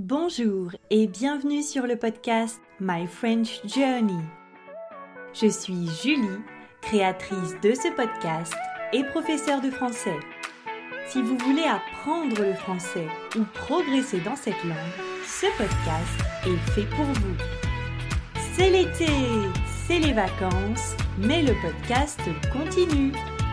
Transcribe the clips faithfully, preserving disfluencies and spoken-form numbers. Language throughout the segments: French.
Bonjour et bienvenue sur le podcast My French Journey. Je suis Julie, créatrice de ce podcast et professeure de français. Si vous voulez apprendre le français ou progresser dans cette langue, ce podcast est fait pour vous. C'est l'été, c'est les vacances, mais le podcast continue.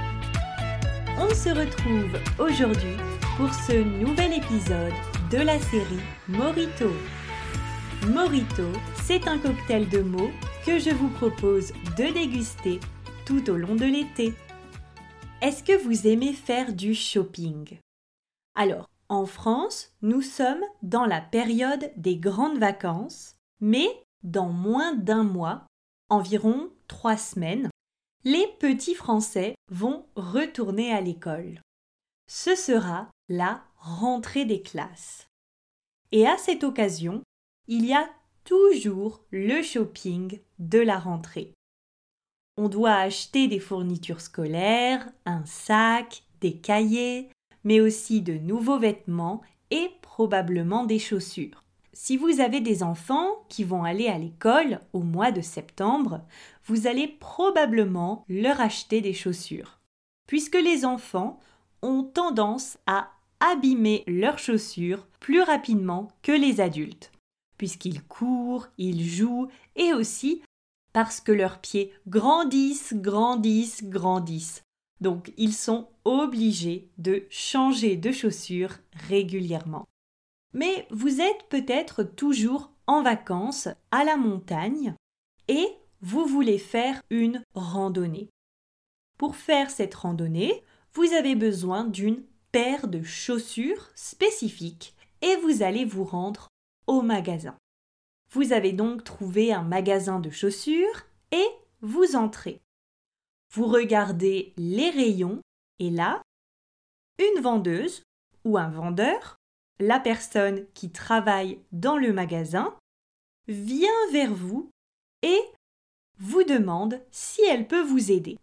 On se retrouve aujourd'hui pour ce nouvel épisode de la série Morito. Morito, c'est un cocktail de mots que je vous propose de déguster tout au long de l'été. Est-ce que vous aimez faire du shopping? Alors, en France, nous sommes dans la période des grandes vacances, mais dans moins d'un mois, environ trois semaines, les petits Français vont retourner à l'école. Ce sera la rentrée des classes. Et à cette occasion, il y a toujours le shopping de la rentrée. On doit acheter des fournitures scolaires, un sac, des cahiers, mais aussi de nouveaux vêtements et probablement des chaussures. Si vous avez des enfants qui vont aller à l'école au mois de septembre, vous allez probablement leur acheter des chaussures, puisque les enfants ont tendance à abîmer leurs chaussures plus rapidement que les adultes, puisqu'ils courent, ils jouent et aussi parce que leurs pieds grandissent, grandissent, grandissent. Donc, ils sont obligés de changer de chaussures régulièrement. Mais vous êtes peut-être toujours en vacances à la montagne et vous voulez faire une randonnée. Pour faire cette randonnée, vous avez besoin d'une paire de chaussures spécifiques et vous allez vous rendre au magasin. Vous avez donc trouvé un magasin de chaussures et vous entrez. Vous regardez les rayons et là, une vendeuse ou un vendeur, la personne qui travaille dans le magasin, vient vers vous et vous demande si elle peut vous aider.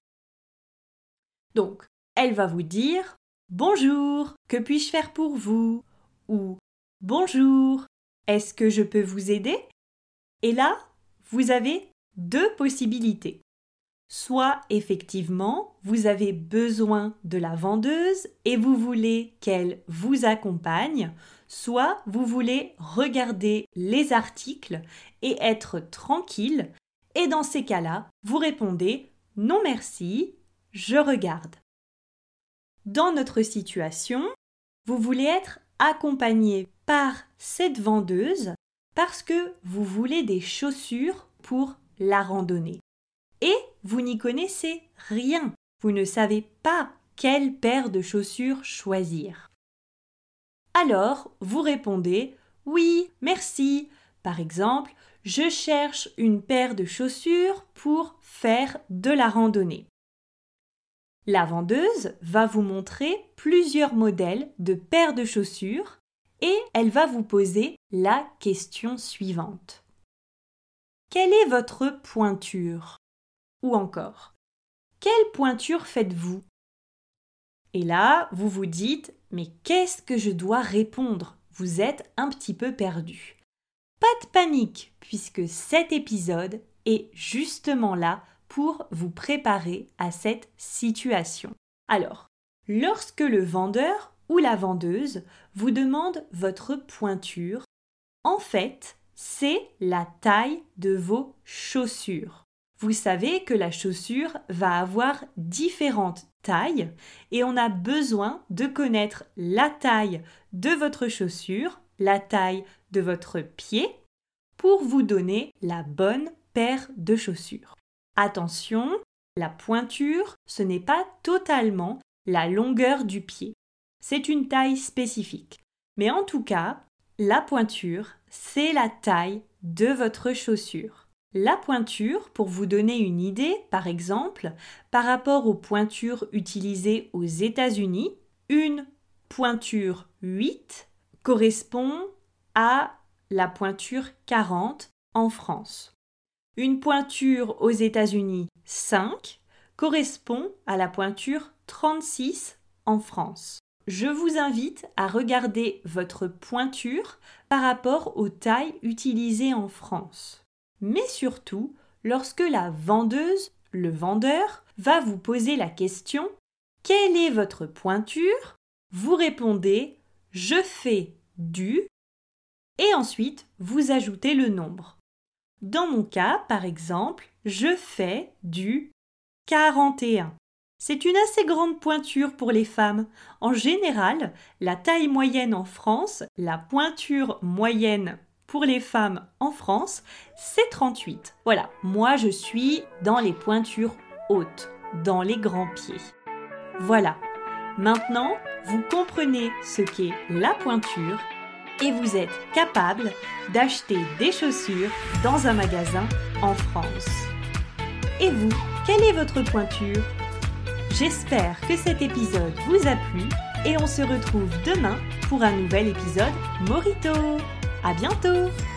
Donc, elle va vous dire « Bonjour, que puis-je faire pour vous ?» ou « Bonjour, est-ce que je peux vous aider ?» Et là, vous avez deux possibilités. Soit effectivement, vous avez besoin de la vendeuse et vous voulez qu'elle vous accompagne, soit vous voulez regarder les articles et être tranquille, et dans ces cas-là, vous répondez « Non merci, je regarde ». Dans notre situation, vous voulez être accompagné par cette vendeuse parce que vous voulez des chaussures pour la randonnée. Et vous n'y connaissez rien. Vous ne savez pas quelle paire de chaussures choisir. Alors, vous répondez « Oui, merci ». Par exemple, je cherche une paire de chaussures pour faire de la randonnée. La vendeuse va vous montrer plusieurs modèles de paires de chaussures et elle va vous poser la question suivante. Quelle est votre pointure? Ou encore, quelle pointure faites-vous? Et là, vous vous dites, mais qu'est-ce que je dois répondre? Vous êtes un petit peu perdu. Pas de panique, puisque cet épisode est justement là pour vous préparer à cette situation. Alors, lorsque le vendeur ou la vendeuse vous demande votre pointure, en fait, c'est la taille de vos chaussures. Vous savez que la chaussure va avoir différentes tailles et on a besoin de connaître la taille de votre chaussure, la taille de votre pied, pour vous donner la bonne paire de chaussures. Attention, la pointure, ce n'est pas totalement la longueur du pied. C'est une taille spécifique. Mais en tout cas, la pointure, c'est la taille de votre chaussure. La pointure, pour vous donner une idée, par exemple, par rapport aux pointures utilisées aux États-Unis, une pointure huit correspond à la pointure quarante en France. Une pointure aux États-Unis cinq correspond à la pointure trente-six en France. Je vous invite à regarder votre pointure par rapport aux tailles utilisées en France. Mais surtout, lorsque la vendeuse, le vendeur, va vous poser la question « Quelle est votre pointure ?», vous répondez « Je fais du » et ensuite vous ajoutez le nombre. Dans mon cas, par exemple, je fais du quarante et un. C'est une assez grande pointure pour les femmes. En général, la taille moyenne en France, la pointure moyenne pour les femmes en France, c'est trente-huit. Voilà, moi je suis dans les pointures hautes, dans les grands pieds. Voilà, maintenant vous comprenez ce qu'est la pointure et vous êtes capable d'acheter des chaussures dans un magasin en France. Et vous, quelle est votre pointure ? J'espère que cet épisode vous a plu et on se retrouve demain pour un nouvel épisode Morito. À bientôt!